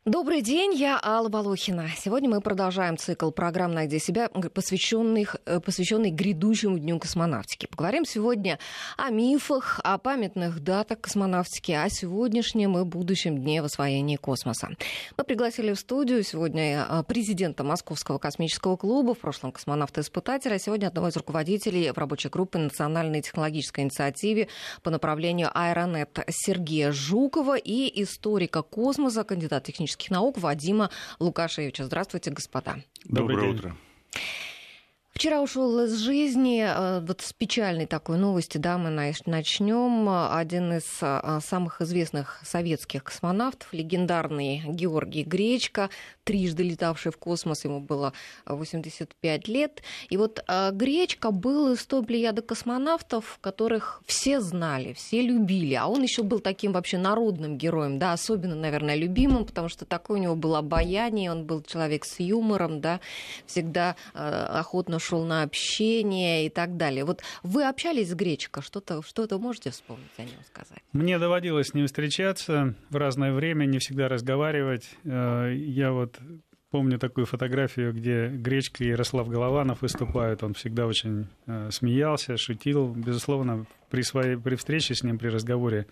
Добрый день, я Алла Волохина. Сегодня мы продолжаем цикл программ «Найди себя», посвященный грядущему Дню космонавтики. Поговорим сегодня о мифах, о памятных датах космонавтики, о сегодняшнем и будущем Дне в освоении космоса. Мы пригласили в студию сегодня президента Московского космического клуба, в прошлом космонавта-испытателя, а сегодня одного из руководителей в рабочей группе Национальной технологической инициативе по направлению Аэронет Сергея Жукова и историка космоса, кандидат технических наук Вадима Лукашевича. Здравствуйте, господа. Доброе утро. Вчера ушел из жизни, вот с печальной такой новости, да, мы начнем. Один из самых известных советских космонавтов, легендарный Георгий Гречко, трижды летавший в космос, ему было 85 лет. И вот Гречко был из той плеяды космонавтов, которых все знали, все любили. А он еще был таким вообще народным героем, да, особенно, наверное, любимым, потому что такое у него было обаяние, он был человек с юмором, да, всегда охотно шел на общение и так далее. Вот вы общались с Гречко, что-то можете вспомнить о нем сказать? Мне доводилось с ним встречаться в разное время, не всегда разговаривать. Я вот помню такую фотографию, где Гречко и Ярослав Голованов выступают. Он всегда очень смеялся, шутил. Безусловно, при встрече с ним, при разговоре,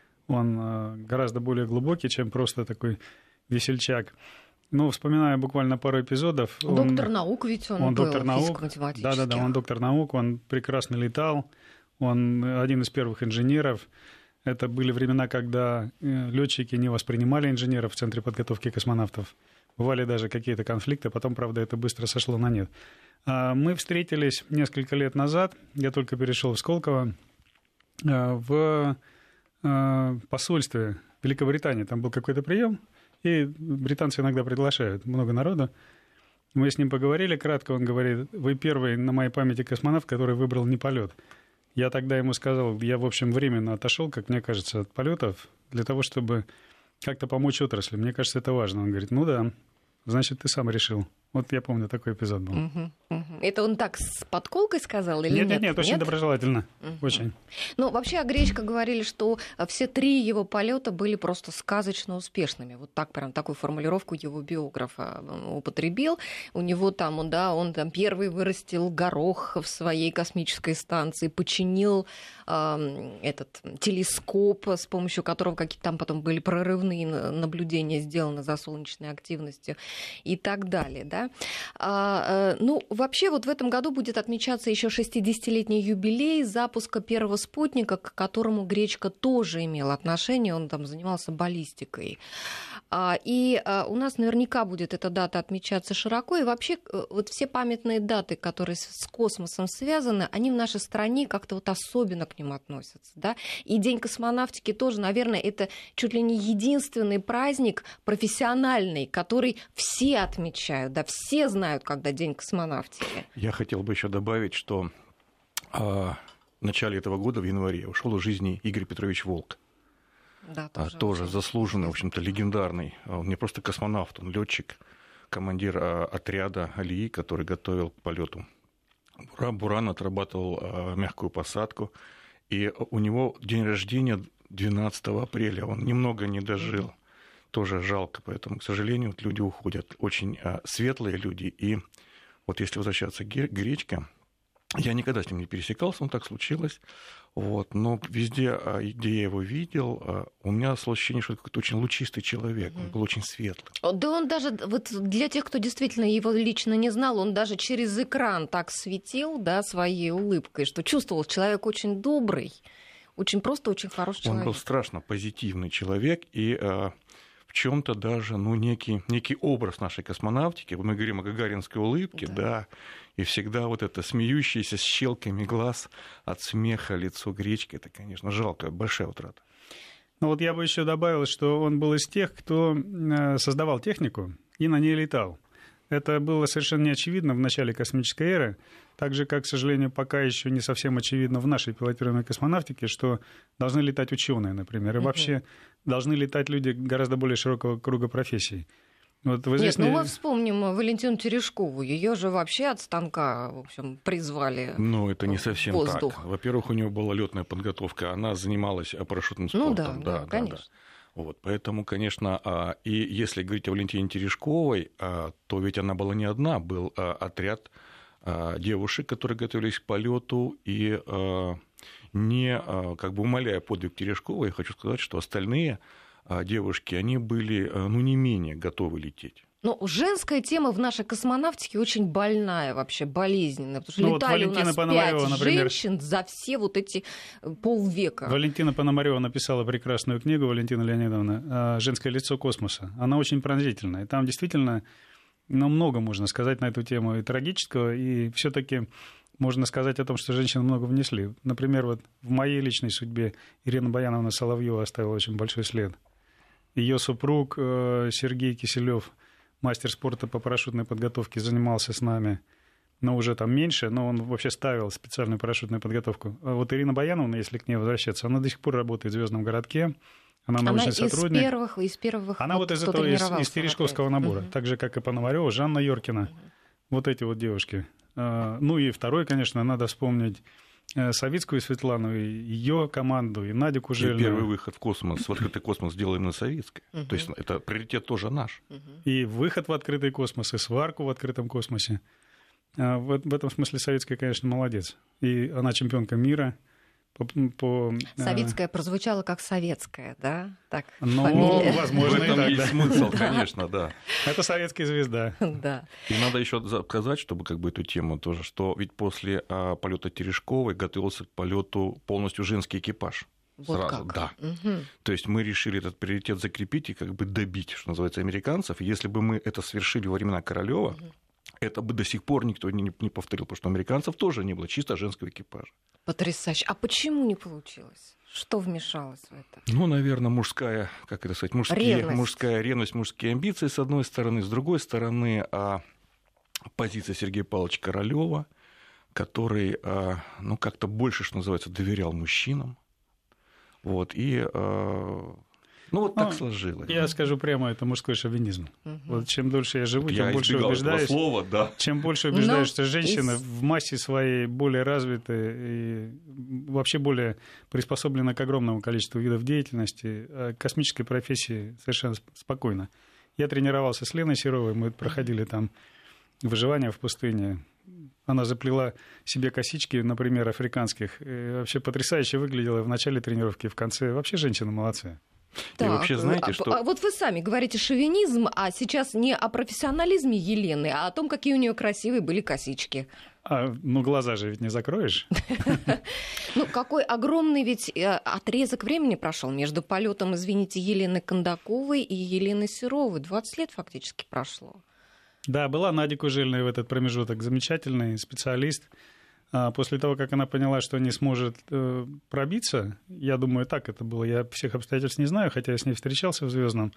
он гораздо более глубокий, чем просто такой весельчак. Ну, вспоминая буквально пару эпизодов... Доктор наук ведь он был, доктор наук, физико-математических. Да, он доктор наук, он прекрасно летал, он один из первых инженеров. Это были времена, когда летчики не воспринимали инженеров в Центре подготовки космонавтов. Бывали даже какие-то конфликты, потом, правда, это быстро сошло на нет. Мы встретились несколько лет назад, я только перешел в Сколково, в посольстве Великобритании. Там был какой-то прием. И британцы иногда приглашают много народу. Мы с ним поговорили кратко. Он говорит: вы первый на моей памяти космонавт, который выбрал не полет. Я тогда ему сказал, я, в общем, временно отошел, как мне кажется, от полетов для того, чтобы как-то помочь отрасли. Мне кажется, это важно. Он говорит: ну да, значит, ты сам решил. Вот я помню, такой эпизод был. Это он так с подколкой сказал или нет? Нет, очень доброжелательно. Очень. Ну, вообще о Гречко говорили, что все три его полета были просто сказочно успешными. Вот так, прям такую формулировку его биограф употребил. У него там, он там первый вырастил горох в своей космической станции, починил этот телескоп, с помощью которого какие-то там потом были прорывные наблюдения сделаны за солнечной активностью и так далее, да. Ну, вообще, вот в этом году будет отмечаться еще 60-летний юбилей запуска первого спутника, к которому Гречко тоже имел отношение, он там занимался баллистикой. И у нас наверняка будет эта дата отмечаться широко, и вообще вот все памятные даты, которые с космосом связаны, они в нашей стране как-то вот особенно к ним относятся, да. И День космонавтики тоже, наверное, это чуть ли не единственный праздник профессиональный, который все отмечают, да, все знают, когда День космонавтики. Я хотел бы еще добавить, что в начале этого года, в январе, ушел из жизни Игорь Петрович Волк. Да, тоже заслуженный, в общем-то, легендарный. Он не просто космонавт, он летчик, командир отряда Алии, который готовил к полету. Буран отрабатывал мягкую посадку. И у него день рождения 12 апреля. Он немного не дожил. Тоже жалко, поэтому, к сожалению, вот люди уходят. Очень светлые люди. И вот если возвращаться к Гречко, я никогда с ним не пересекался, так случилось. Вот, но везде, где я его видел, у меня сложилось ощущение, что это какой-то очень лучистый человек. Он был очень светлый. Да он даже, вот для тех, кто действительно его лично не знал, он даже через экран так светил, да, своей улыбкой, что чувствовал, человек очень добрый, очень просто, очень хороший человек. Он был страшно позитивный человек, и в чем-то даже некий образ нашей космонавтики. Мы говорим о гагаринской улыбке, да, и всегда вот это смеющееся с щелками глаз от смеха лицо Гречки, это, конечно, жалко, большая утрата. Ну вот я бы еще добавил, что он был из тех, кто создавал технику и на ней летал. Это было совершенно неочевидно в начале космической эры, так же, как, к сожалению, пока еще не совсем очевидно в нашей пилотируемой космонавтике, что должны летать ученые, например, и вообще должны летать люди гораздо более широкого круга профессий. Вот Нет, мы вспомним Валентину Терешкову. Ее же вообще от станка, в общем, призвали. Ну, это не совсем так. Во-первых, у нее была летная подготовка, она занималась парашютным спортом. Ну да, конечно. Вот, поэтому, конечно, и если говорить о Валентине Терешковой, то ведь она была не одна, был отряд девушек, которые готовились к полету, и не как бы умаляя подвиг Терешковой, я хочу сказать, что остальные девушки, они были, ну, не менее готовы лететь. Ну, женская тема в нашей космонавтике очень больная вообще, болезненная, потому что летали вот у нас 5 женщин за все вот эти полвека. Валентина Пономарева написала прекрасную книгу, Валентина Леонидовна, «Женское лицо космоса». Она очень пронзительная. И там действительно много можно сказать на эту тему и трагического, и все-таки можно сказать о том, что женщины много внесли. Например, вот в моей личной судьбе Ирина Баяновна Соловьева оставила очень большой след. Ее супруг Сергей Киселев, мастер спорта по парашютной подготовке, занимался с нами, но уже там меньше, но он вообще ставил специальную парашютную подготовку. А вот Ирина Баяновна, если к ней возвращаться, она до сих пор работает в «Звездном городке». Она научный сотрудник. Из первых. Она вот из Терешковского набора, так же, как и Пономарева, Жанна Йоркина. Вот эти вот девушки. Ну и второй, конечно, надо вспомнить Савицкую Светлану, и ее команду, и Надю Кужельную. И первый выход в космос, в открытый космос сделала именно Савицкая. То есть это приоритет тоже наш. И выход в открытый космос, и сварку в открытом космосе. В этом смысле Савицкая, конечно, молодец. И она чемпионка мира. Савицкая прозвучала как советская, да? Так, ну, возможно, в этом есть смысл, конечно, да. Это советская звезда. Да. И надо еще сказать, чтобы как бы эту тему тоже, что ведь после полета Терешковой готовился к полету полностью женский экипаж. Вот сразу, как? да. То есть мы решили этот приоритет закрепить и как бы добить, что называется, американцев. И если бы мы это совершили во времена Королёва, это бы до сих пор никто не повторил, потому что у американцев тоже не было чисто женского экипажа. Потрясающе. А почему не получилось? Что вмешалось в это? Ну, наверное, мужская, как это сказать, мужская ревность, мужские амбиции, с одной стороны. С другой стороны, позиция Сергея Павловича Королёва, который, ну, как-то больше, что называется, доверял мужчинам. Вот, и... Ну, вот так сложилось. Я скажу прямо, это мужской шовинизм. Вот чем дольше я живу, я тем больше убеждаюсь, слова, да. чем больше убеждаюсь, что женщины в массе своей более развиты и вообще более приспособлены к огромному количеству видов деятельности, а к космической профессии совершенно спокойно. Я тренировался с Леной Серовой, мы проходили там выживание в пустыне. Она заплела себе косички, например, африканских. И вообще потрясающе выглядела в начале тренировки, в конце. Вообще женщины молодцы. Так, и вообще, знаете, что... вот вы сами говорите шовинизм, а сейчас не о профессионализме Елены, а о том, какие у нее красивые были косички. Ну, глаза же ведь не закроешь. Ну, какой огромный ведь отрезок времени прошел между полетом, извините, Елены Кондаковой и Елены Серовой. 20 лет фактически прошло. Да, была Надя Кужельная в этот промежуток, замечательный специалист. После того, как она поняла, что не сможет пробиться, я думаю, так это было, я всех обстоятельств не знаю, хотя я с ней встречался в «Звездном»,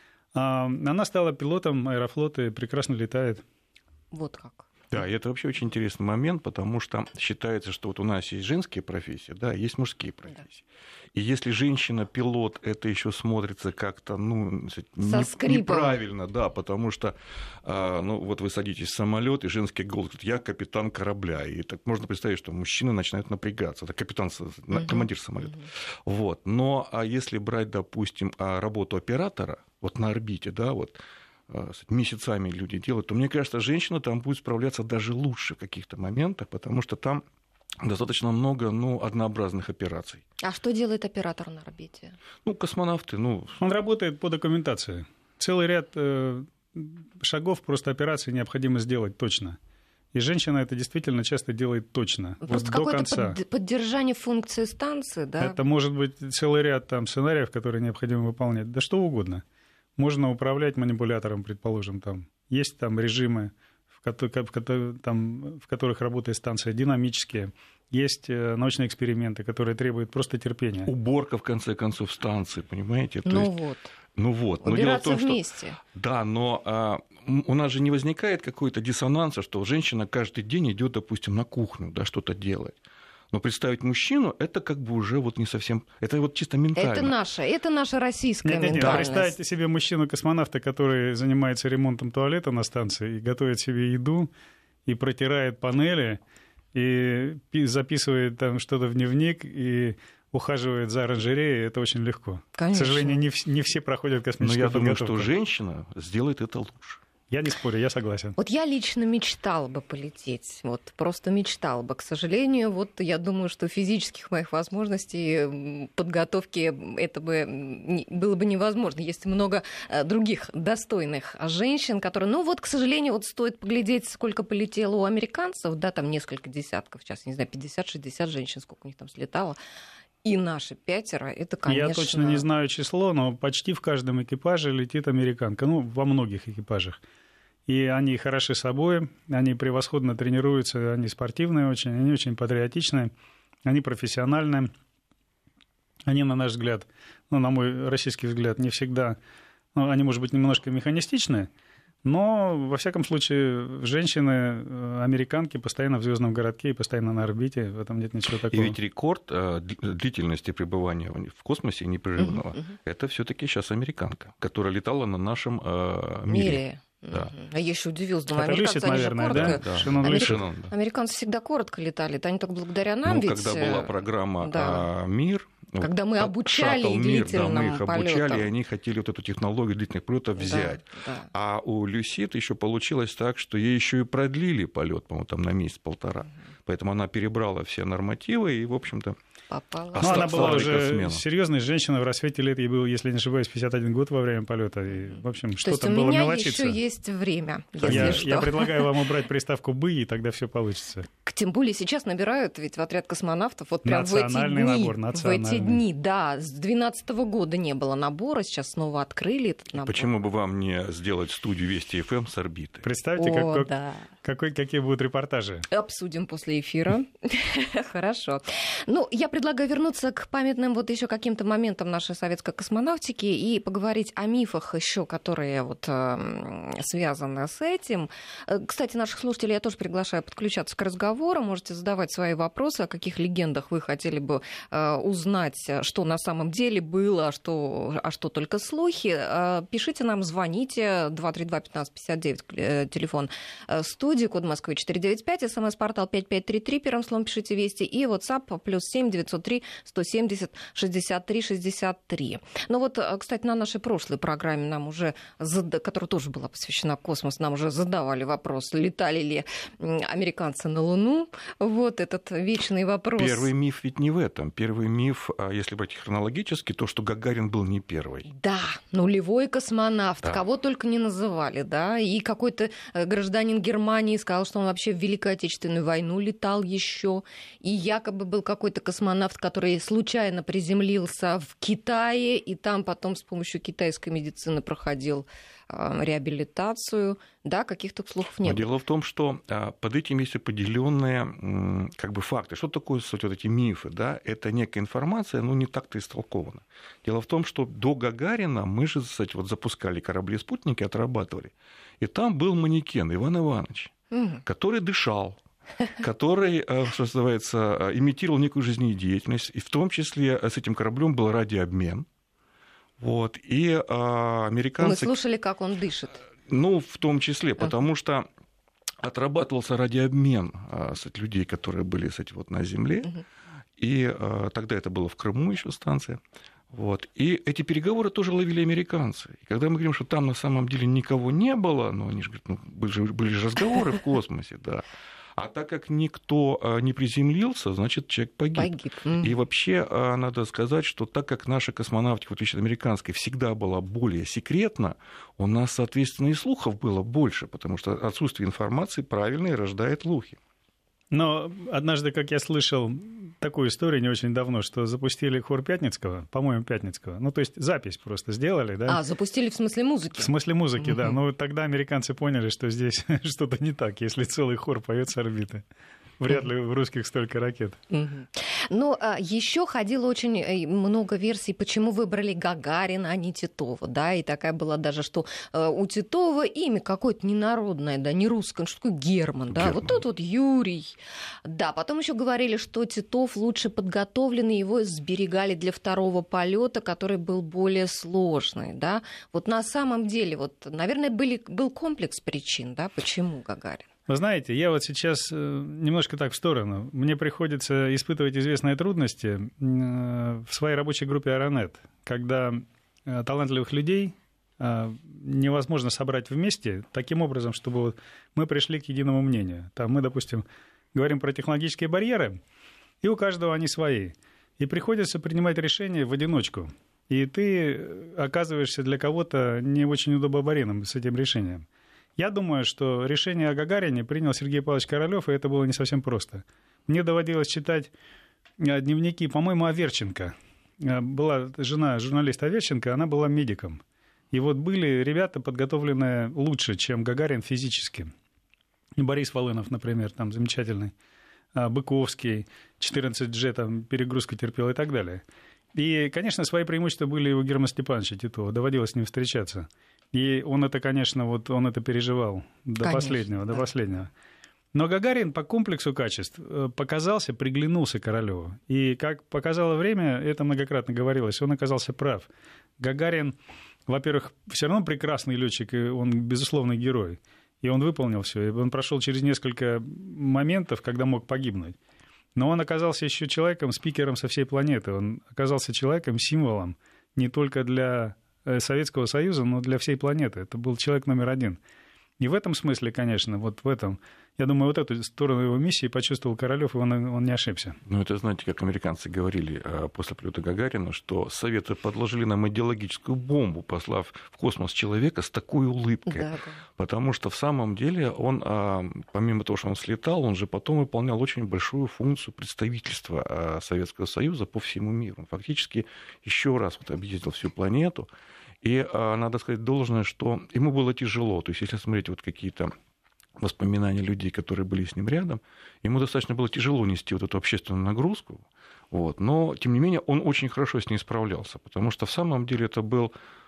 она стала пилотом Аэрофлота и прекрасно летает. Вот как. Да, и это вообще очень интересный момент, потому что считается, что вот у нас есть женские профессии, да, есть мужские профессии. Да. И если женщина-пилот, это еще смотрится как-то, ну, неправильно, да, потому что, ну, вот вы садитесь в самолет, и женский голос говорит: я капитан корабля. И так можно представить, что мужчины начинают напрягаться. Это капитан, командир самолета. Вот. Но если брать, допустим, работу оператора, вот на орбите, да, вот, месяцами люди делают, то, мне кажется, женщина там будет справляться даже лучше в каких-то моментах, потому что там достаточно много, ну, однообразных операций. А что делает оператор на орбите? Ну, космонавты, ну... Он работает по документации. Целый ряд шагов просто операции необходимо сделать точно. И женщина это действительно часто делает точно, просто вот до конца. Поддержание функции станции, да? Это может быть целый ряд там сценариев, которые необходимо выполнять. Да что угодно. Можно управлять манипулятором, предположим, там. Есть там режимы, в которых работает станция, динамические. Есть научные эксперименты, которые требуют просто терпения. Уборка, в конце концов, станции, понимаете? Ну вот. Но убираться дело в том, вместе. Что, да, но у нас же не возникает какой-то диссонанса, что женщина каждый день идет, допустим, на кухню, да, что-то делает. Но представить мужчину, это как бы уже вот не совсем... Это вот чисто ментально. Это наша российская ментальность. Да, представьте себе мужчину-космонавта, который занимается ремонтом туалета на станции и готовит себе еду, и протирает панели, и записывает там что-то в дневник, и ухаживает за оранжереей, это очень легко. Конечно. К сожалению, не все проходят Но космическую я думаю, подготовку. что женщина сделает это лучше. Я не спорю, я согласен. Вот я лично мечтала бы полететь, вот просто мечтала бы. К сожалению, вот я думаю, что физических моих возможностей подготовки это было бы невозможно. Есть много других достойных женщин, которые, ну вот, к сожалению, вот стоит поглядеть, сколько полетело у американцев, да, там несколько десятков, сейчас, не знаю, 50-60 женщин, сколько у них там слетало. И наши 5, это, конечно... Я точно не знаю число, но почти в каждом экипаже летит американка, ну, во многих экипажах. И они хороши собой, они превосходно тренируются, они спортивные очень, они очень патриотичные, они профессиональные. Они, на наш взгляд, ну, на мой российский взгляд, не всегда... Ну, они, может быть, немножко механистичные, но, во всяком случае, женщины, американки постоянно в звездном городке и постоянно на орбите, в этом нет ничего такого. И ведь рекорд длительности пребывания в космосе непрерывного, это все-таки сейчас американка, которая летала на нашем мире. Да. А я еще удивилась, думаю, это американцы, Люсит, наверное, они же коротко... Да? Шеннон, да. Американцы всегда коротко летали, это они только благодаря нам, ведь... ведь... когда была программа да. «Мир», когда мы обучали «Шаттл Мир», длительным да, мы их обучали, полетам. и они хотели вот эту технологию длительных полетов взять. Да. А у Люсит еще получилось так, что ей еще и продлили полет, по-моему, там на месяц-полтора. Поэтому она перебрала все нормативы и, в общем-то, попала. Ну, она была уже серьезной женщиной, в рассвете лет ей был, если не ошибаюсь, 51 год во время полета. И, в общем, что там было мелочиться. То есть у меня еще есть время, если что. Я предлагаю вам убрать приставку «бы», и тогда все получится. Тем более сейчас набирают ведь в отряд космонавтов вот прям в эти дни. Да, с 2012 года не было набора, сейчас снова открыли этот набор. Почему бы вам не сделать студию Вести ФМ с орбиты? Представьте, какие будут репортажи. Обсудим после эфира. Хорошо. Ну, я предлагаю вернуться к памятным вот еще каким-то моментам нашей советской космонавтики и поговорить о мифах еще, которые вот связаны с этим. Кстати, наших слушателей я тоже приглашаю подключаться к разговору. Можете задавать свои вопросы, о каких легендах вы хотели бы узнать, что на самом деле было, а что только слухи. Пишите нам, звоните 232-1559, телефон студии, код Москвы 495, смс-портал 5533, первым словом пишите «Вести», и WhatsApp +7 903 170 63 63. Ну вот, кстати, на нашей прошлой программе нам уже, которая тоже была посвящена космосу, нам уже задавали вопрос, летали ли американцы на Луну. Вот этот вечный вопрос. Первый миф ведь не в этом. Первый миф, если брать хронологически, то, что Гагарин был не первый. Да, нулевой космонавт, да. Кого только не называли, да, и какой-то гражданин Германии сказал, что он вообще в Великую Отечественную войну летал еще, и якобы был какой-то космонавт, который случайно приземлился в Китае, и там потом с помощью китайской медицины проходил реабилитацию. Да, каких-то слухов нет. Но дело в том, что под этим есть определенные факты. Что такое, кстати, вот эти мифы? Да? Это некая информация, но не так-то истолкована. Дело в том, что до Гагарина мы же, кстати, вот запускали корабли-спутники, отрабатывали. И там был манекен Иван Иванович, который дышал, который, что называется, имитировал некую жизнедеятельность, и в том числе с этим кораблем был радиообмен. Вот, и американцы... Мы слушали, как он дышит. Ну, в том числе, потому что отрабатывался радиообмен людей, которые были, кстати, вот на Земле, и тогда это было в Крыму еще станция. Вот. И эти переговоры тоже ловили американцы. И когда мы говорим, что там на самом деле никого не было, ну, они же говорят, были же разговоры в космосе, да. А так как никто не приземлился, значит, человек погиб. И вообще надо сказать, что так как наша космонавтика, в отличие от американской, всегда была более секретна, у нас, соответственно, и слухов было больше, потому что отсутствие информации правильной рождает слухи. Но однажды, как я слышал такую историю не очень давно, что запустили хор Пятницкого, по-моему, Пятницкого. Ну, то есть запись просто сделали, да? А, запустили в смысле музыки? В смысле музыки, да. Но тогда американцы поняли, что здесь что-то не так, если целый хор поет с орбиты. Вряд ли в русских столько ракет. Ну, еще ходило очень много версий, почему выбрали Гагарина, а не Титова, да, и такая была даже, что у Титова имя какое-то ненародное, да, не русское, что такое Герман, да, вот тут вот Юрий. Да, потом еще говорили, что Титов лучше подготовленный, его сберегали для второго полета, который был более сложный, да. Вот на самом деле, вот, наверное, был комплекс причин, да, почему Гагарин. Вы знаете, я вот сейчас немножко так в сторону. Мне приходится испытывать известные трудности в своей рабочей группе «Аэронет», когда талантливых людей невозможно собрать вместе таким образом, чтобы вот мы пришли к единому мнению. Там мы, допустим, говорим про технологические барьеры, и у каждого они свои. И приходится принимать решения в одиночку. И ты оказываешься для кого-то не очень удобоваримым с этим решением. Я думаю, что решение о Гагарине принял Сергей Павлович Королёв, и это было не совсем просто. Мне доводилось читать дневники, по-моему, Аверченко. Была жена журналиста Аверченко, она была медиком. И вот были ребята, подготовленные лучше, чем Гагарин физически. Борис Волынов, например, там замечательный. Быковский, 14G, там перегрузку терпел и так далее. И, конечно, свои преимущества были у Германа Степановича Титова. Доводилось с ним встречаться. И он это, конечно, вот он это переживал до последнего. Но Гагарин по комплексу качеств показался, приглянулся Королёву. И, как показало время, это многократно говорилось, он оказался прав. Гагарин, во-первых, все равно прекрасный летчик, и он безусловный герой. И он выполнил все. И он прошел через несколько моментов, когда мог погибнуть. Но он оказался еще человеком, спикером со всей планеты. Он оказался человеком, символом не только для Советского Союза, но для всей планеты. Это был человек номер один. И в этом смысле, конечно, вот в этом, я думаю, вот эту сторону его миссии почувствовал Королёв, и он не ошибся. Ну, это, знаете, как американцы говорили после полета Гагарина, что Советы подложили нам идеологическую бомбу, послав в космос человека с такой улыбкой. Да. Потому что в самом деле он, помимо того, что он слетал, он же потом выполнял очень большую функцию представительства Советского Союза по всему миру. Он фактически еще раз вот объездил всю планету. И надо сказать должное, что ему было тяжело. То есть, если смотреть вот какие-то воспоминания людей, которые были с ним рядом, ему достаточно было тяжело нести вот эту общественную нагрузку. Вот. Но, тем не менее, он очень хорошо с ней справлялся. Потому что, в самом деле, это был,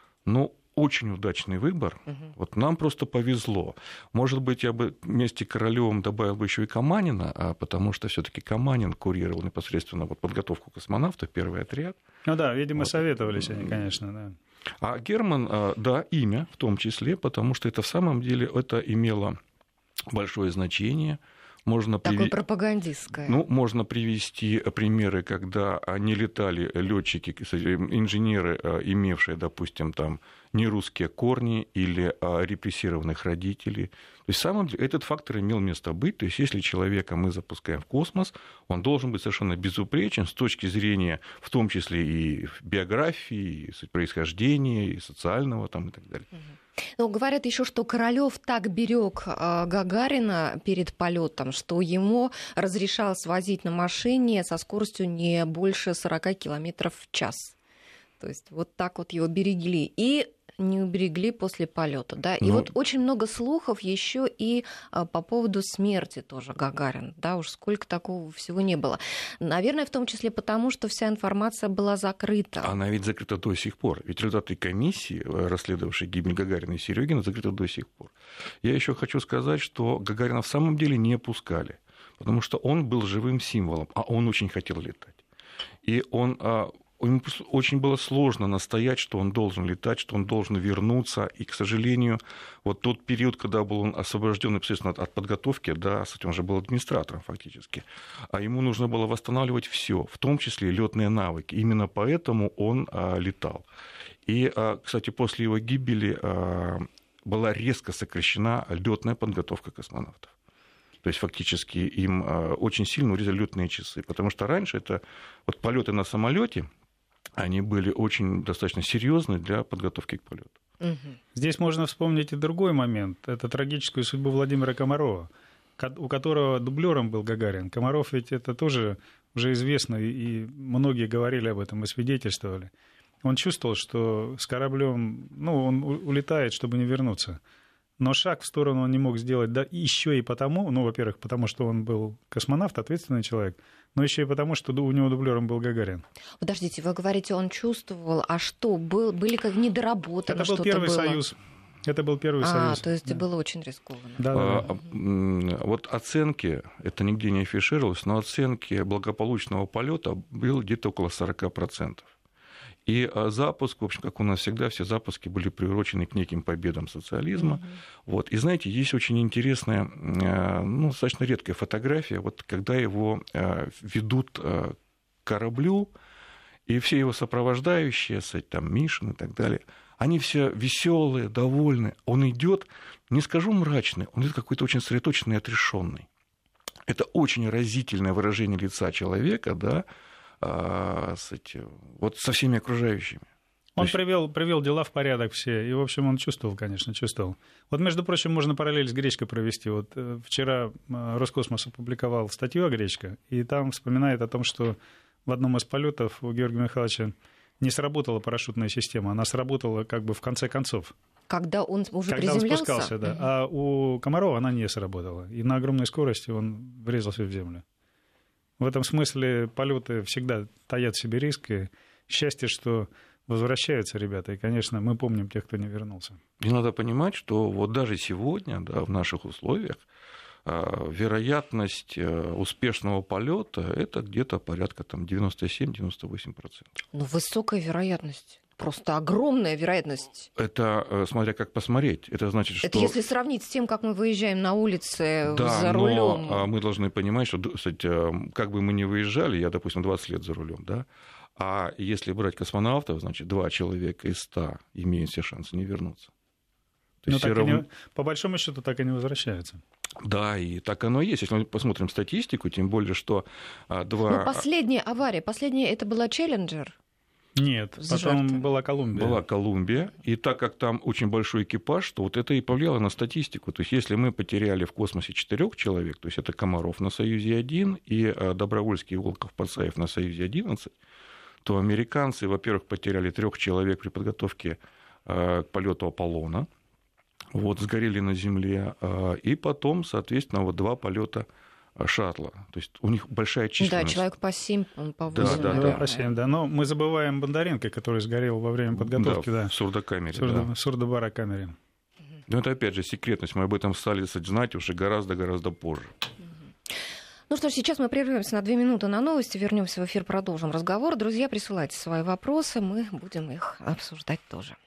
очень удачный выбор. Вот нам просто повезло. Может быть, я бы вместе с Королёвым добавил бы еще и Каманина, потому что все-таки Каманин курировал непосредственно вот подготовку космонавтов, первый отряд. Ну да, видимо, советовались они, конечно, да. А Герман, да, имя в том числе, потому что это в самом деле это имело большое значение. Такое пропагандистское. Можно привести примеры, когда не летали летчики, инженеры, имевшие, допустим, там нерусские корни или репрессированных родителей. То есть, в самом деле, этот фактор имел место быть. То есть, если человека мы запускаем в космос, он должен быть совершенно безупречен с точки зрения, в том числе и биографии, и происхождения, и социального там, и так далее. Говорят еще, что Королёв так берег Гагарина перед полетом, что ему разрешалось возить на машине со скоростью не больше 40 км в час. То есть вот так вот его берегли. И не уберегли после полета, да. И вот очень много слухов еще и по поводу смерти тоже Гагарина, да, уж сколько такого всего не было. Наверное, в том числе потому, что вся информация была закрыта. Она ведь закрыта до сих пор. Ведь результаты комиссии, расследовавшей гибель Гагарина и Серёгина, закрыты до сих пор. Я еще хочу сказать, что Гагарина в самом деле не опускали, потому что он был живым символом, а он очень хотел летать. И ему очень было сложно настоять, что он должен летать, что он должен вернуться. И, к сожалению, вот тот период, когда был он освобожден непосредственно от подготовки, да, кстати, он же был администратором фактически, а ему нужно было восстанавливать все, в том числе летные навыки. Именно поэтому он летал. И, кстати, после его гибели была резко сокращена летная подготовка космонавтов. То есть фактически им очень сильно урезали летные часы, потому что раньше это вот полеты на самолете, они были очень достаточно серьезны для подготовки к полету. Здесь можно вспомнить и другой момент. Это трагическую судьбу Владимира Комарова, у которого дублером был Гагарин. Комаров ведь это тоже уже известно, и многие говорили об этом и свидетельствовали. Он чувствовал, что с кораблем, он улетает, чтобы не вернуться. Но шаг в сторону он не мог сделать, да, еще и потому, во-первых, потому что он был космонавт, ответственный человек, но еще и потому, что у него дублером был Гагарин. Подождите, вы говорите, он чувствовал, а что, были как недоработки? Это был первый союз. Это был первый союз. То есть было очень рискованно. Да. Вот оценки, это нигде не афишировалось, но оценки благополучного полета было где-то около 40%. И запуск, в общем, как у нас всегда, все запуски были приурочены к неким победам социализма. Вот. И знаете, есть очень интересная, достаточно редкая фотография, вот, когда его ведут к кораблю, и все его сопровождающие, там, Мишин и так далее, они все веселые, довольные. Он идет, не скажу мрачный, он идет какой-то очень сосредоточенный и отрешенный. Это очень разительное выражение лица человека, да, вот со всеми окружающими. Он привел дела в порядок все, и, в общем, он чувствовал. Вот, между прочим, можно параллель с Гречкой провести. Вот вчера Роскосмос опубликовал статью о Гречке, и там вспоминает о том, что в одном из полетов у Георгия Михайловича не сработала парашютная система, она сработала как бы в конце концов. Когда он уже Когда приземлялся? Он спускался, да. А у Комарова она не сработала. И на огромной скорости он врезался в землю. В этом смысле полеты всегда таят в себе риск. И счастье, что возвращаются ребята. И, конечно, мы помним тех, кто не вернулся. И надо понимать, что вот даже сегодня, да, в наших условиях, вероятность успешного полета это где-то порядка 97-98%. Ну, высокая вероятность. Просто огромная вероятность. Это, смотря как посмотреть, это значит, что... Это если сравнить с тем, как мы выезжаем на улице за рулем. Но мы должны понимать, что, кстати, как бы мы ни выезжали, я, допустим, 20 лет за рулем, да, а если брать космонавтов, значит, 2 человека из 100 имеют все шансы не вернуться. По большому счету так и не возвращаются. Да, и так оно и есть. Если мы посмотрим статистику, тем более, что 2... Ну, последняя авария, это была «Челленджер». Нет, потом была Колумбия. Была Колумбия, и так как там очень большой экипаж, то вот это и повлияло на статистику. То есть если мы потеряли в космосе 4 человек, то есть это Комаров на «Союзе-1» и Добровольский, Волков, Пацаев на «Союзе-11», то американцы, во-первых, потеряли 3 человек при подготовке к полету «Аполлона», вот, сгорели на Земле, и потом, соответственно, вот 2 полета шаттла. То есть у них большая численность. Да, человек по 7, по 8. Да. По 7, да. Но мы забываем Бондаренко, который сгорел во время подготовки. Да, в сурдокамере. В сурдобарокамере. Но это, опять же, секретность. Мы об этом стали знать уже гораздо-гораздо позже. Ну что ж, сейчас мы прервемся на 2 минуты на новости, вернемся в эфир, продолжим разговор. Друзья, присылайте свои вопросы, мы будем их обсуждать тоже.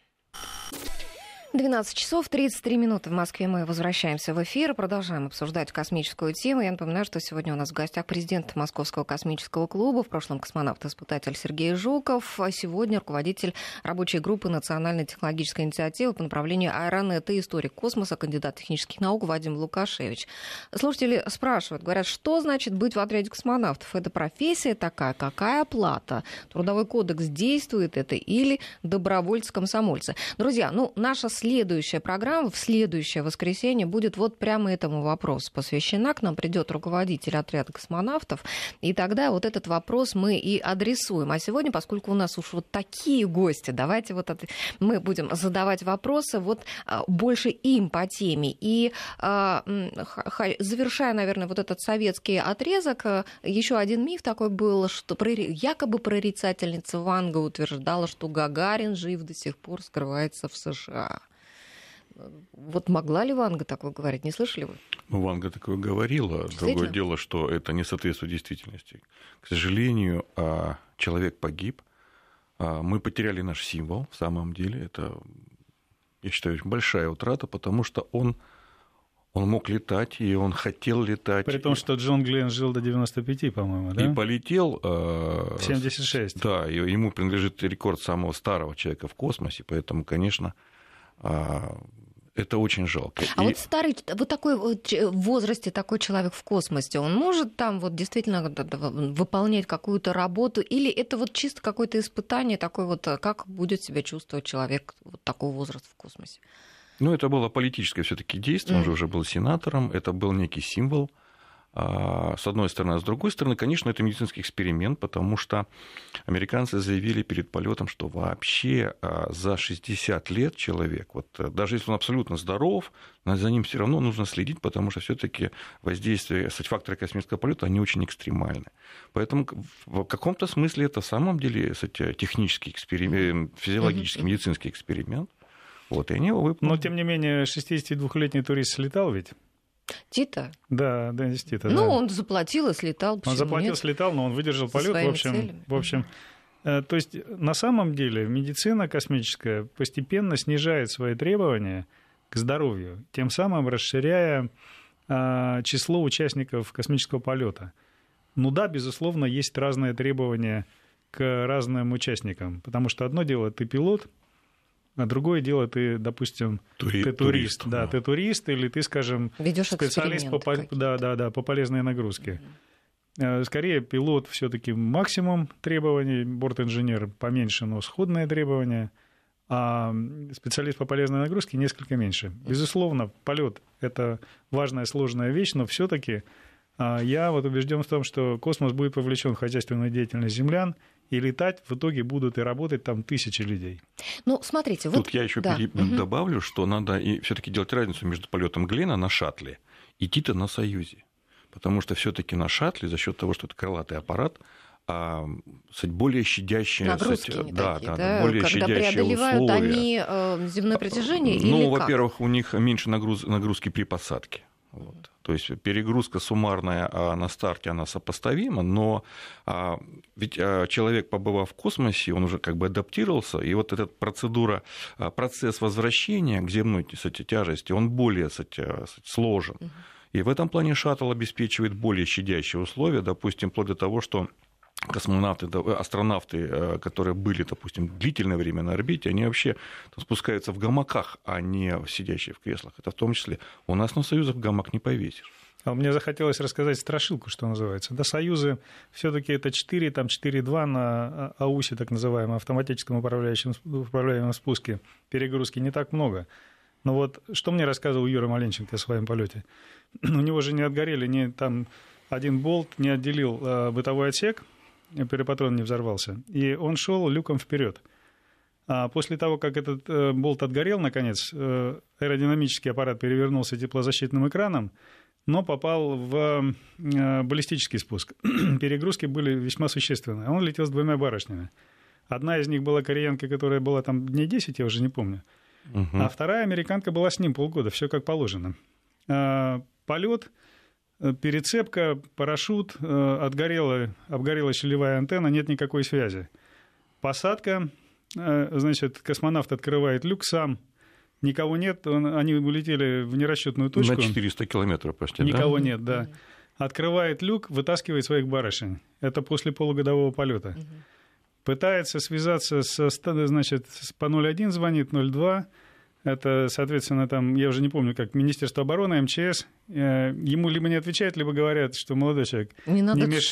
12 часов 33 минуты в Москве. Мы возвращаемся в эфир, продолжаем обсуждать космическую тему. Я напоминаю, что сегодня у нас в гостях президент Московского космического клуба, в прошлом космонавт-испытатель Сергей Жуков, а сегодня руководитель рабочей группы Национальной технологической инициативы по направлению Аэронет и историк космоса, кандидат технических наук Вадим Лукашевич. Слушатели спрашивают, говорят, что значит быть в отряде космонавтов? Это профессия такая, какая оплата? Трудовой кодекс действует это или добровольцы-комсомольцы? Друзья, наша следующая программа в следующее воскресенье будет вот прямо этому вопросу посвящена. К нам придет руководитель отряда космонавтов, и тогда вот этот вопрос мы и адресуем. А сегодня, поскольку у нас уж вот такие гости, давайте мы будем задавать вопросы вот больше им по теме. И завершая, наверное, вот этот советский отрезок, еще один миф такой был, что якобы прорицательница Ванга утверждала, что Гагарин жив до сих пор, скрывается в США. Вот могла ли Ванга такое говорить? Не слышали вы? Ванга такое говорила. Другое дело, что это не соответствует действительности. К сожалению, человек погиб. Мы потеряли наш символ, в самом деле. Это, я считаю, очень большая утрата, потому что он мог летать, и он хотел летать. При том, что Джон Гленн жил до 95, по-моему, да? И полетел... 76. Да, ему принадлежит рекорд самого старого человека в космосе, поэтому, конечно... Это очень жалко. А вот старый, вот такой вот в возрасте такой человек в космосе, он может там вот действительно выполнять какую-то работу, или это вот чисто какое-то испытание такое вот, как будет себя чувствовать человек вот такого возраста в космосе? Это было политическое все-таки действие, он же уже был сенатором, это был некий символ, с одной стороны. А с другой стороны, конечно, это медицинский эксперимент, потому что американцы заявили перед полетом, что вообще за 60 лет человек, вот, даже если он абсолютно здоров, за ним все равно нужно следить, потому что все-таки воздействие, факторы космического полета, они очень экстремальны. Поэтому в каком-то смысле это в самом деле технический эксперимент, физиологический, медицинский эксперимент. Вот, и они его выполнили. Но, тем не менее, 62-летний турист слетал ведь? Тита? Да, Деннис Тита. Он заплатил и слетал. Он заплатил, слетал, но он выдержал полет. В общем, То есть на самом деле медицина космическая постепенно снижает свои требования к здоровью, тем самым расширяя число участников космического полета. Ну да, безусловно, есть разные требования к разным участникам, потому что одно дело ты пилот, а другое дело ты, допустим, ты турист. Да, ты турист или ты, скажем, ведёшь специалист по полезной нагрузке. Скорее, пилот все-таки максимум требований, бортинженер поменьше, но сходные требования, а специалист по полезной нагрузке несколько меньше. Безусловно, полет — это важная, сложная вещь, но все-таки я вот убежден в том, что космос будет вовлечен в хозяйственную деятельность землян, и летать в итоге будут и работать там тысячи людей. Ну, смотрите, тут я еще добавлю, что надо и все-таки делать разницу между полетом Глена на шаттле и Тита на Союзе. Потому что все-таки на шаттле, за счет того, что это крылатый аппарат, более щадящие, нагрузки более когда щадящие преодолевают условия. они земное притяжение или Ну, как? во-первых, у них меньше нагрузки при посадке. Вот. То есть перегрузка суммарная на старте, она сопоставима, но ведь человек, побывав в космосе, он уже как бы адаптировался, и вот эта процесс возвращения к земной тяжести, он более сложен. И в этом плане шаттл обеспечивает более щадящие условия, допустим, вплоть до того, что астронавты, которые были, допустим, длительное время на орбите, они вообще спускаются в гамаках, а не сидящие в креслах. Это в том числе. У нас на Союзах гамак не повесишь. А мне захотелось рассказать страшилку, что называется. Да, Союзы все-таки это 4, там 4.2 на АУСе, так называемом, автоматическом управляемом спуске. Перегрузки не так много. Но вот что мне рассказывал Юра Маленченко о своем полете. У него же не отгорели, там один болт не отделил бытовой отсек, перепатрон не взорвался, и он шел люком вперед. А после того, как этот болт отгорел, наконец, аэродинамический аппарат перевернулся теплозащитным экраном, но попал в баллистический спуск. Перегрузки были весьма существенные. Он летел с 2 барышнями. Одна из них была кореянка, которая была там дней 10, я уже не помню. А вторая американка была с ним полгода, все как положено. Полет, перецепка, парашют, обгорела щелевая антенна, нет никакой связи. Посадка, значит, космонавт открывает люк сам, никого нет, они улетели в нерасчетную точку. На 400 километров почти, никого нет, да. Открывает люк, вытаскивает своих барышень. Это после полугодового полета. Пытается связаться по 01 звонит, 02. Это, соответственно, там, я уже не помню, как Министерство обороны, МЧС. Ему либо не отвечают, либо говорят, что, молодой человек, не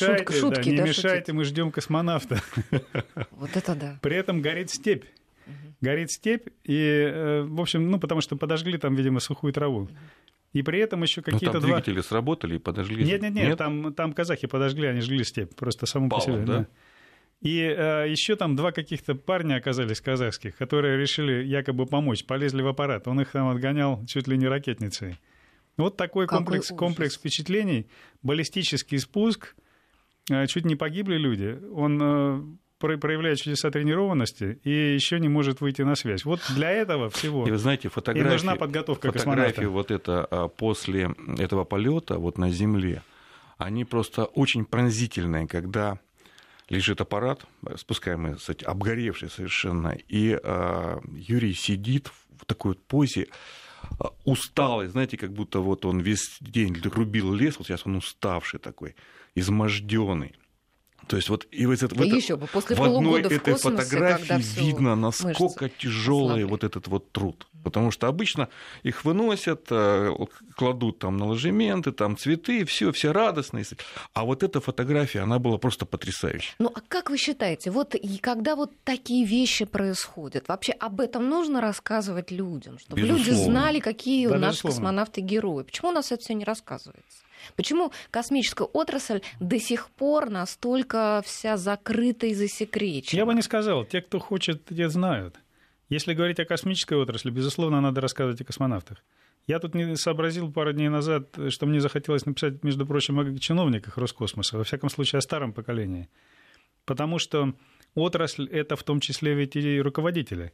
мешайте, мы ждем космонавта. Вот это да. При этом горит степь. Горит степь, и, в общем, потому что подожгли там, видимо, сухую траву. И при этом еще какие-то там двигатели сработали и подожгли? Нет, там казахи подожгли, они жгли степь, просто само по себе. Да? И еще там 2 каких-то парня оказались казахских, которые решили якобы помочь, полезли в аппарат. Он их там отгонял чуть ли не ракетницей. Вот такой комплекс впечатлений, баллистический спуск, чуть не погибли люди. Он проявляет чудеса тренированности и еще не может выйти на связь. Вот для этого всего и вы знаете, и нужна подготовка космонавта. Фотографии вот это после этого полета вот на Земле, они просто очень пронзительные, когда лежит аппарат, спускаемый, кстати, обгоревший совершенно, и Юрий сидит в такой вот позе, усталый, знаете, как будто вот он весь день рубил лес, вот сейчас он уставший такой, изможденный. То есть вот и в одной этой фотографии видно, насколько тяжелый вот этот вот труд. Потому что обычно их выносят, кладут там на ложементы, там цветы, все радостные. А вот эта фотография, она была просто потрясающей. Ну а как вы считаете, вот и когда вот такие вещи происходят, вообще об этом нужно рассказывать людям, чтобы люди знали, какие у нас космонавты герои? Почему у нас это все не рассказывается? Почему космическая отрасль до сих пор настолько вся закрыта и засекречена? Я бы не сказал. Те, кто хочет, те знают. Если говорить о космической отрасли, безусловно, надо рассказывать о космонавтах. Я тут не сообразил пару дней назад, что мне захотелось написать, между прочим, о чиновниках Роскосмоса, во всяком случае, о старом поколении. Потому что отрасль — это в том числе ведь и руководители.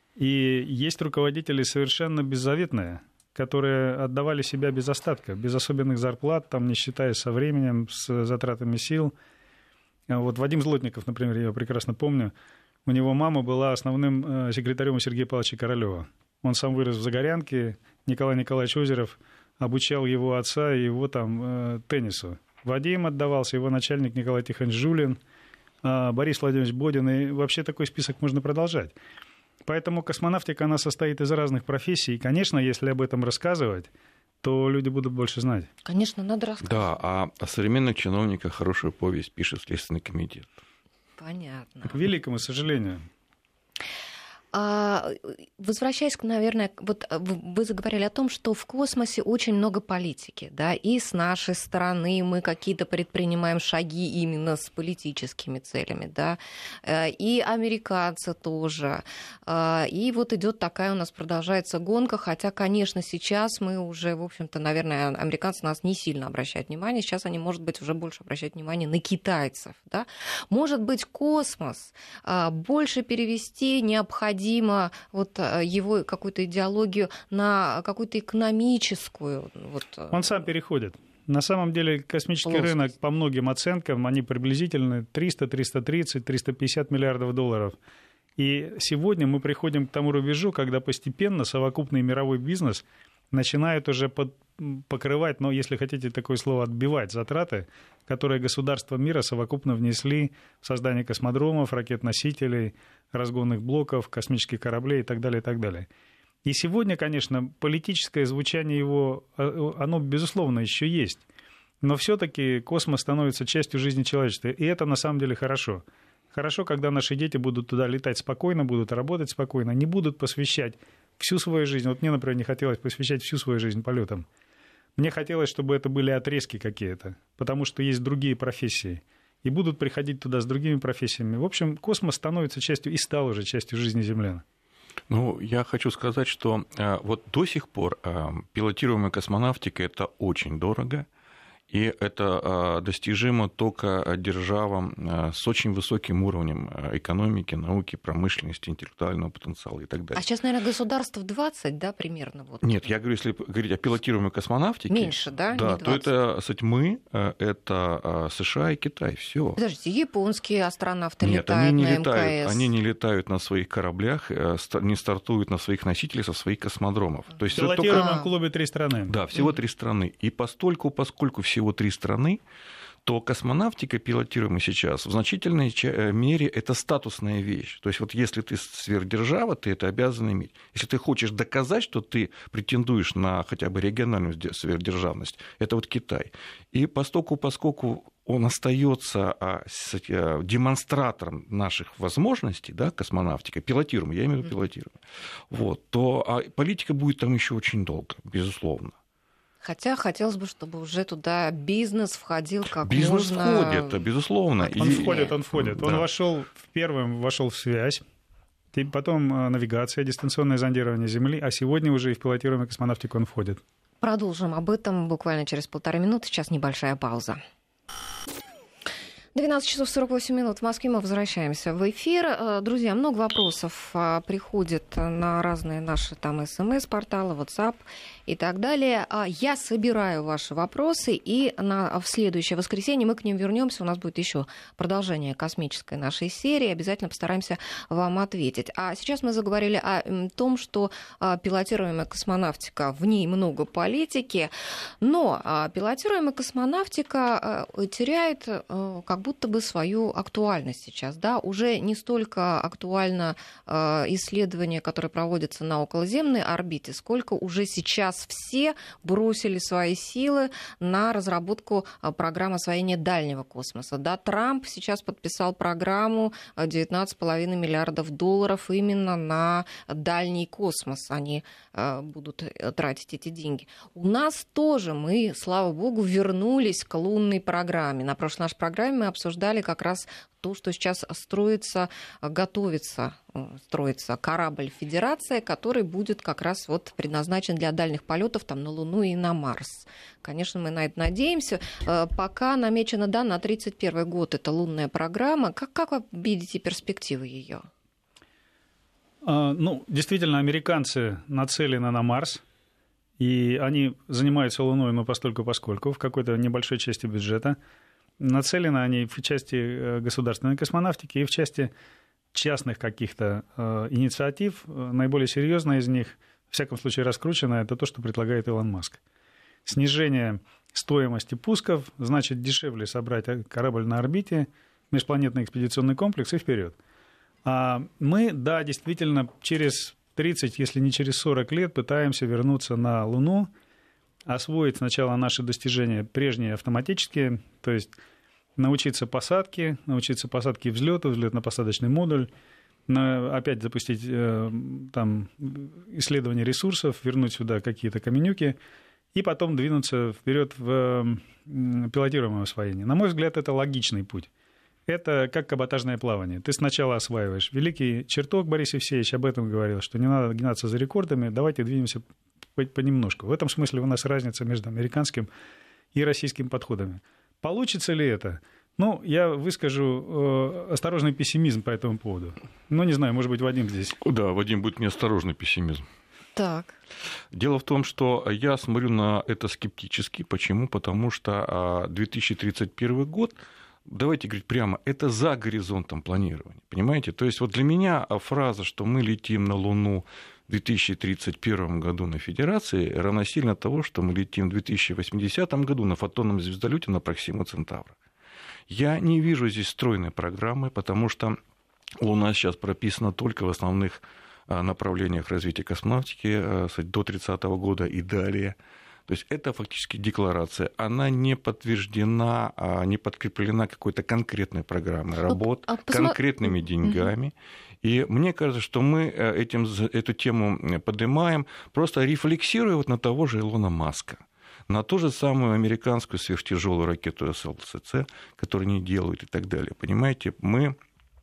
И есть руководители совершенно беззаветные, которые отдавали себя без остатка, без особенных зарплат, там, не считаясь со временем, с затратами сил. Вот Вадим Злотников, например, я его прекрасно помню, у него мама была основным секретарем у Сергея Павловича Королева. Он сам вырос в Загорянке, Николай Николаевич Озеров обучал его отца и его там теннису. Вадим отдавался, его начальник Николай Тихонович Жулин, Борис Владимирович Бодин, и вообще такой список можно продолжать. Поэтому космонавтика, она состоит из разных профессий. И, конечно, если об этом рассказывать, то люди будут больше знать. Конечно, надо рассказывать. Да, а о современных чиновниках хорошую повесть пишет Следственный комитет. Понятно. К великому сожалению. Возвращаясь, наверное, вот вы заговорили о том, что в космосе очень много политики, да, и с нашей стороны мы какие-то предпринимаем шаги именно с политическими целями, да, и американцы тоже. И вот идет такая у нас продолжается гонка, хотя, конечно, сейчас мы уже, в общем-то, наверное, американцы на нас не сильно обращают внимание, сейчас они, может быть, уже больше обращают внимание на китайцев, да. Может быть, космос больше перевести необходимо вот его какую-то идеологию на какую-то экономическую. Вот. Он сам переходит. На самом деле космический рынок, по многим оценкам, они приблизительно 300, 330, 350 миллиардов долларов. И сегодня мы приходим к тому рубежу, когда постепенно совокупный мировой бизнес начинает уже покрывать, но, если хотите такое слово, отбивать затраты, которые государства мира совокупно внесли в создание космодромов, ракет-носителей, разгонных блоков, космических кораблей и так далее, и так далее. И сегодня, конечно, политическое звучание его, оно, безусловно, еще есть. Но все-таки космос становится частью жизни человечества. И это, на самом деле, хорошо. Хорошо, когда наши дети будут туда летать спокойно, будут работать спокойно, не будут посвящать всю свою жизнь. Вот мне, например, не хотелось посвящать всю свою жизнь полетам. Мне хотелось, чтобы это были отрезки какие-то, потому что есть другие профессии. И будут приходить туда с другими профессиями. В общем, космос становится частью и стал уже частью жизни землян. Ну, я хочу сказать, что вот до сих пор пилотируемая космонавтика – это очень дорого. И это достижимо только державам с очень высоким уровнем экономики, науки, промышленности, интеллектуального потенциала и так далее. А сейчас, наверное, государств 20, да, примерно? Вот. Нет, я говорю, если говорить о пилотируемой космонавтике... Меньше, да? Да, то это, кстати, мы, это США и Китай, все. Подождите, японские астронавты Нет, летают они не на летают, МКС? они не летают на своих кораблях, не стартуют на своих носителях со своих космодромов. В пилотируемом клубе 3 страны. Да, всего 3 страны. И поскольку всего 3 страны, то космонавтика, пилотируемая сейчас, в значительной мере это статусная вещь. То есть вот если ты сверхдержава, ты это обязан иметь. Если ты хочешь доказать, что ты претендуешь на хотя бы региональную сверхдержавность, это вот Китай. И поскольку он остается демонстратором наших возможностей, да, космонавтика, пилотируемая, я имею в виду пилотируемая, вот, то политика будет там еще очень долго, безусловно. Хотя хотелось бы, чтобы уже туда бизнес входил как бизнес можно... Бизнес входит, безусловно. Он входит. Да. Он вошел в связь, потом навигация, дистанционное зондирование Земли, а сегодня уже и в пилотируемую космонавтику он входит. Продолжим об этом буквально через 1,5 минуты. Сейчас небольшая пауза. 12 часов 48 минут в Москве, мы возвращаемся в эфир. Друзья, много вопросов приходит на разные наши там СМС-порталы, WhatsApp и так далее. Я собираю ваши вопросы, и в следующее воскресенье мы к ним вернемся. У нас будет еще продолжение космической нашей серии. Обязательно постараемся вам ответить. А сейчас мы заговорили о том, что пилотируемая космонавтика, в ней много политики, но пилотируемая космонавтика теряет как будто бы свою актуальность сейчас. Да? Уже не столько актуально исследования, которые проводятся на околоземной орбите, сколько уже сейчас все бросили свои силы на разработку программы освоения дальнего космоса. Да? Трамп сейчас подписал программу $19,5 миллиардов именно на дальний космос. Они будут тратить эти деньги. У нас тоже мы, слава богу, вернулись к лунной программе. На прошлой нашей программе мы обсуждали как раз то, что сейчас готовится строится корабль «Федерация», который будет как раз вот предназначен для дальних полетов там, на Луну и на Марс. Конечно, мы на это надеемся. Пока намечена на 1931 год эта лунная программа. Как вы видите перспективы ее? Ну, действительно, американцы нацелены на Марс, и они занимаются Луной, но постольку-поскольку, в какой-то небольшой части бюджета. нацелены они в части государственной космонавтики и в части частных каких-то инициатив. Наиболее серьезная из них, во всяком случае раскрученная, это то, что предлагает Илон Маск. Снижение стоимости пусков, значит, дешевле собрать корабль на орбите, межпланетный экспедиционный комплекс и вперед. А мы, да, действительно, через 30, если не через 40 лет пытаемся вернуться на Луну, освоить сначала наши достижения прежние автоматические, то есть научиться посадке и взлету, взлетно-посадочный модуль, опять запустить там исследование ресурсов, вернуть сюда какие-то каменюки и потом двинуться вперед в пилотируемое освоение. На мой взгляд, это логичный путь. Это как каботажное плавание. Ты сначала осваиваешь. Великий чертог Борис Евсеевич об этом говорил, что не надо гнаться за рекордами, давайте двинемся понемножку. В этом смысле у нас разница между американским и российским подходами. Получится ли это? Ну, я выскажу осторожный пессимизм по этому поводу. Ну, не знаю, может быть, Вадим здесь. Да, Вадим, будет неосторожный пессимизм. Так. Дело в том, что я смотрю на это скептически. Почему? Потому что 2031 год, давайте говорить прямо, это за горизонтом планирования. Понимаете? То есть вот для меня фраза, что мы летим на Луну в 2031 году на Федерации, равносильно того, что мы летим в 2080 году на фотонном звездолете на Проксиму Центавра. Я не вижу здесь стройной программы, потому что Луна сейчас прописана только в основных направлениях развития космонавтики до 30 года и далее. То есть это фактически декларация. Она не подтверждена, не подкреплена какой-то конкретной программой работ, конкретными деньгами. И мне кажется, что мы эту тему поднимаем, просто рефлексируя вот на того же Илона Маска, на ту же самую американскую сверхтяжелую ракету СЛСЦ, которую они делают и так далее. Понимаете, мы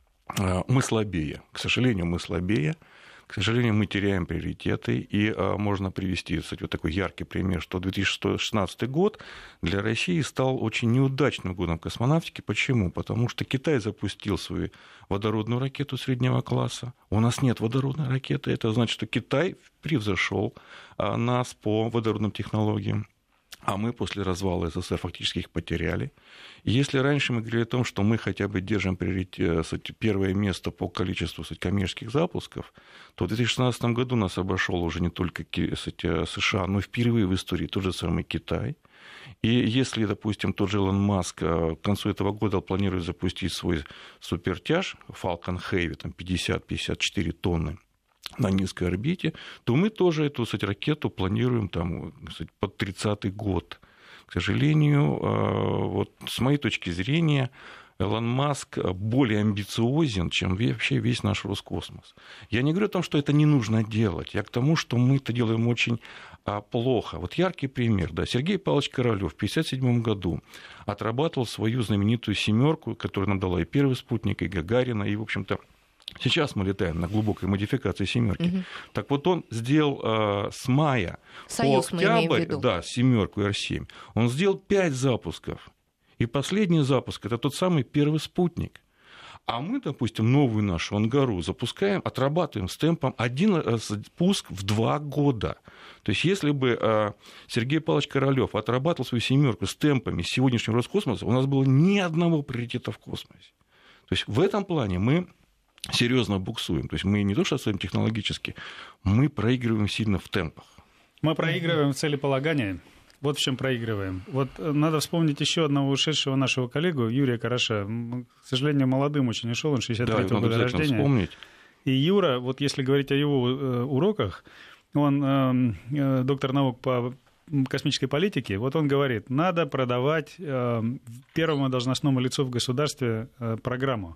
слабее. К сожалению, мы слабее. К сожалению, мы теряем приоритеты, и можно привести, кстати, вот такой яркий пример, что 2016 год для России стал очень неудачным годом космонавтики. Почему? Потому что Китай запустил свою водородную ракету среднего класса. У нас нет водородной ракеты. Это значит, что Китай превзошел нас по водородным технологиям. А мы после развала СССР фактически их потеряли. И если раньше мы говорили о том, что мы хотя бы держим первое место по количеству коммерческих запусков, то в 2016 году нас обошел уже не только США, но и впервые в истории тот же самый Китай. И если, допустим, тот же Илон Маск к концу этого года планирует запустить свой супертяж Falcon Heavy, там 50-54 тонны, на низкой орбите, то мы тоже эту ракету планируем там, под 30-й год. К сожалению, вот с моей точки зрения, Илон Маск более амбициозен, чем вообще весь наш Роскосмос. Я не говорю о том, что это не нужно делать, я к тому, что мы это делаем очень плохо. Вот яркий пример. Да, Сергей Павлович Королёв в 1957 году отрабатывал свою знаменитую «семерку», которая нам дала и первый спутник, и Гагарина, и, в общем-то, сейчас мы летаем на глубокой модификации «семерки». Угу. Так вот, он сделал с мая по октябрь, да, «семерку» Р-7, он сделал 5 запусков. И последний запуск – это тот самый первый спутник. А мы, допустим, новую нашу «Ангару» запускаем, отрабатываем с темпом 1 пуск в 2 года. То есть, если бы Сергей Павлович Королёв отрабатывал свою «семерку» с темпами сегодняшнего Роскосмоса, у нас было ни одного приоритета в космосе. То есть, в этом плане мы серьезно буксуем. То есть мы не то что отстаем технологически, мы проигрываем сильно в темпах. Мы проигрываем в целеполагании. Вот в чем проигрываем. Вот надо вспомнить еще одного ушедшего нашего коллегу, Юрия Караша. К сожалению, молодым очень ушел, он 63-го года рождения. Вспомнить. И Юра, вот если говорить о его уроках, он доктор наук по космической политике, вот он говорит, надо продавать первому должностному лицу в государстве программу.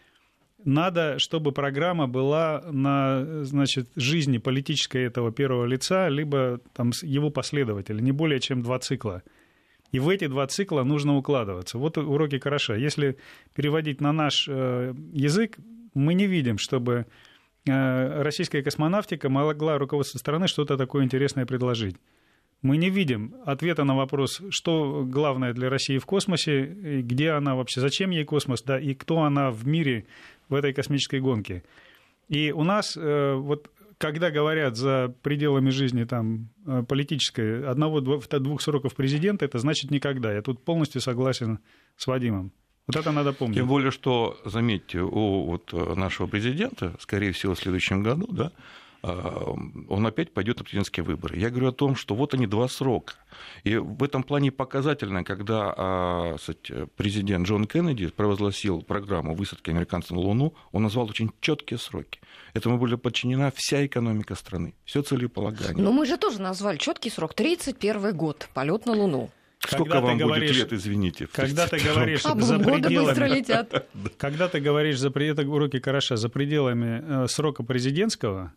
Надо, чтобы программа была на, значит, жизни политической этого первого лица, либо там, его последователя, не более чем 2 цикла. И в эти 2 цикла нужно укладываться. Вот уроки Караша. Если переводить на наш язык, мы не видим, чтобы российская космонавтика могла руководству страны что-то такое интересное предложить. Мы не видим ответа на вопрос, что главное для России в космосе, где она вообще, зачем ей космос, да, и кто она в мире в этой космической гонке. И у нас вот когда говорят за пределами жизни там, политической одного-двух сроков президента, это значит никогда. Я тут полностью согласен с Вадимом. Вот это надо помнить. Тем более, что, заметьте, у нашего президента, скорее всего, в следующем году, да, он опять пойдет на президентские выборы. Я говорю о том, что вот они 2 срока. И в этом плане показательно, когда президент Джон Кеннеди провозгласил программу высадки американцев на Луну, он назвал очень четкие сроки. Этому была подчинена вся экономика страны, все целеполагание. Но мы же тоже назвали четкий срок, 31 год, полет на Луну. Сколько вам будет лет, извините? Когда ты говоришь за пределами... быстро летят. Когда ты говоришь, это уроки Караша, за пределами срока президентского,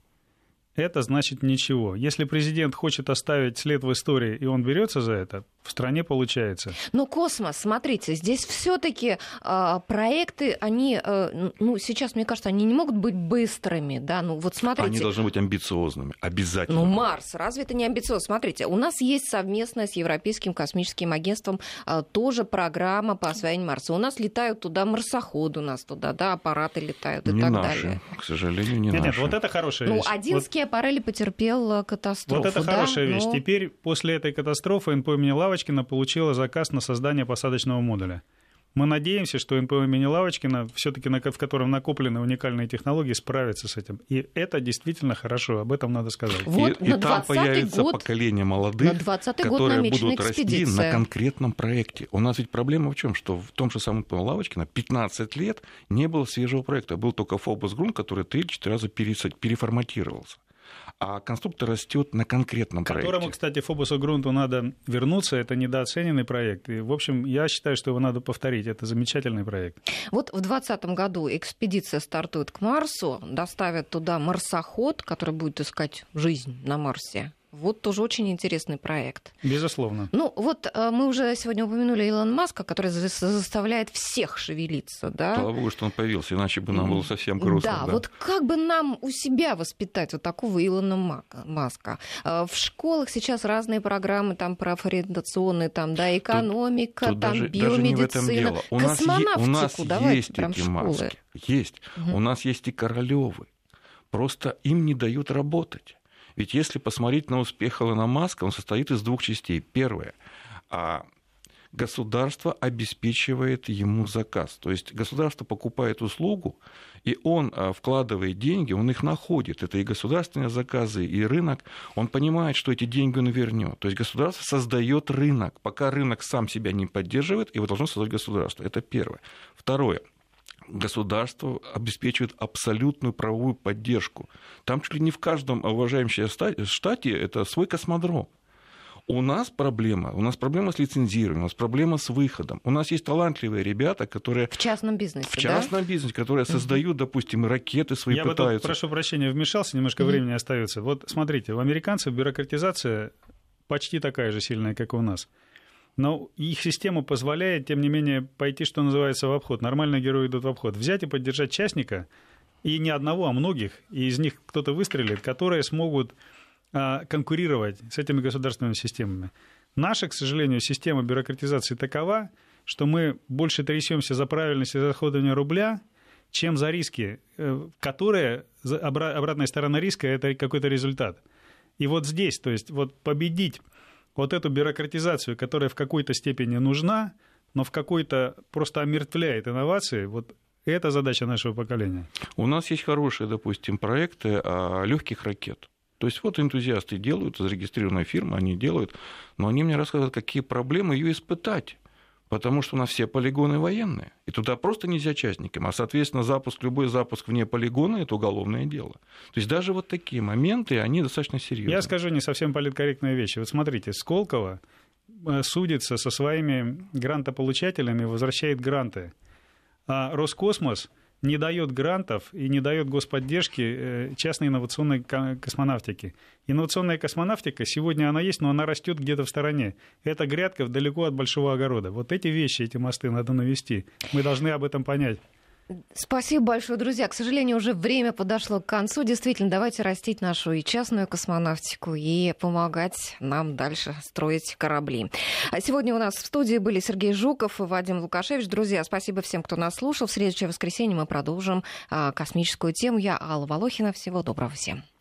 это значит ничего. Если президент хочет оставить след в истории, и он берется за это, в стране получается. Но космос, смотрите, здесь все-таки проекты, они, сейчас, мне кажется, они не могут быть быстрыми, да, вот смотрите. Они должны быть амбициозными, обязательно. Марс, разве это не амбициозно? Смотрите, у нас есть совместная с Европейским космическим агентством тоже программа по освоению Марса. У нас летают туда марсоходы, у нас туда, да, аппараты летают и не так наши, далее. К сожалению, не наши. Нет, вот это хорошая вещь. Одинский аппарель потерпел катастрофу. Вот это хорошая вещь. Но... Теперь после этой катастрофы НПО имени Лавочкина получила заказ на создание посадочного модуля. Мы надеемся, что НПО имени Лавочкина, все-таки в котором накоплены уникальные технологии, справится с этим. И это действительно хорошо, об этом надо сказать. Вот и там появится поколение молодых, которые будут расти на конкретном проекте. У нас ведь проблема в чем? Что в том же самом НПО Лавочкина 15 лет не было свежего проекта. Был только Фобос Грунт, который 3-4 раза переформатировался. А конструктор растет на конкретном проекте. Которому, кстати, Фобосу Грунту надо вернуться. Это недооцененный проект. И, в общем, я считаю, что его надо повторить. Это замечательный проект. Вот в 2020 году экспедиция стартует к Марсу. Доставят туда марсоход, который будет искать жизнь на Марсе. Вот тоже очень интересный проект. Безусловно. Мы уже сегодня упомянули Илона Маска, который заставляет всех шевелиться. Да? Слава богу, что он появился, иначе бы нам было совсем грустно. Да, вот как бы нам у себя воспитать вот такого Илона Маска? В школах сейчас разные программы, там профориентационные, там, да, экономика, тут там даже биомедицина. У нас есть прям эти в школы. Маски. Есть. У нас есть и Королёвы. Просто им не дают работать. Ведь если посмотреть на успех Илона Маска, он состоит из 2 частей. Первое. Государство обеспечивает ему заказ. То есть государство покупает услугу, и он вкладывает деньги, он их находит. Это и государственные заказы, и рынок. Он понимает, что эти деньги он вернет. То есть государство создает рынок. Пока рынок сам себя не поддерживает, его должно создать государство. Это первое. Второе. Государство обеспечивает абсолютную правовую поддержку. Там чуть ли не в каждом уважаемом штате это свой космодром. У нас проблема с лицензированием, у нас проблема с выходом. У нас есть талантливые ребята, которые... В частном бизнесе, которые создают, допустим, ракеты свои Я пытаются. Я бы тут, прошу прощения, вмешался, немножко времени остается. Вот смотрите, у американцев бюрократизация почти такая же сильная, как и у нас. Но их система позволяет, тем не менее, пойти, что называется, в обход. Нормальные герои идут в обход. Взять и поддержать частника, и не одного, а многих, и из них кто-то выстрелит, которые смогут конкурировать с этими государственными системами. Наша, к сожалению, система бюрократизации такова, что мы больше трясемся за правильность израсходования рубля, чем за риски, которые, обратная сторона риска, это какой-то результат. И вот здесь, то есть вот победить вот эту бюрократизацию, которая в какой-то степени нужна, но в какой-то просто омертвляет инновации, вот это задача нашего поколения. У нас есть хорошие, допустим, проекты легких ракет. То есть вот энтузиасты делают, зарегистрированная фирма, они делают, но они мне рассказывают, какие проблемы ее испытать. Потому что у нас все полигоны военные, и туда просто нельзя частникам, а, соответственно, любой запуск вне полигона – это уголовное дело. То есть даже вот такие моменты, они достаточно серьезные. Я скажу не совсем политкорректные вещи. Вот смотрите, Сколково судится со своими грантополучателями, возвращает гранты, а Роскосмос не дает грантов и не дает господдержки частной инновационной космонавтике. Инновационная космонавтика, сегодня она есть, но она растет где-то в стороне. Это грядка далеко от большого огорода. Вот эти вещи, эти мосты надо навести. Мы должны об этом понять. Спасибо большое, друзья. К сожалению, уже время подошло к концу. Действительно, давайте растить нашу и частную космонавтику и помогать нам дальше строить корабли. А сегодня у нас в студии были Сергей Жуков и Вадим Лукашевич. Друзья, спасибо всем, кто нас слушал. В следующее воскресенье мы продолжим космическую тему. Я Алла Волохина. Всего доброго всем.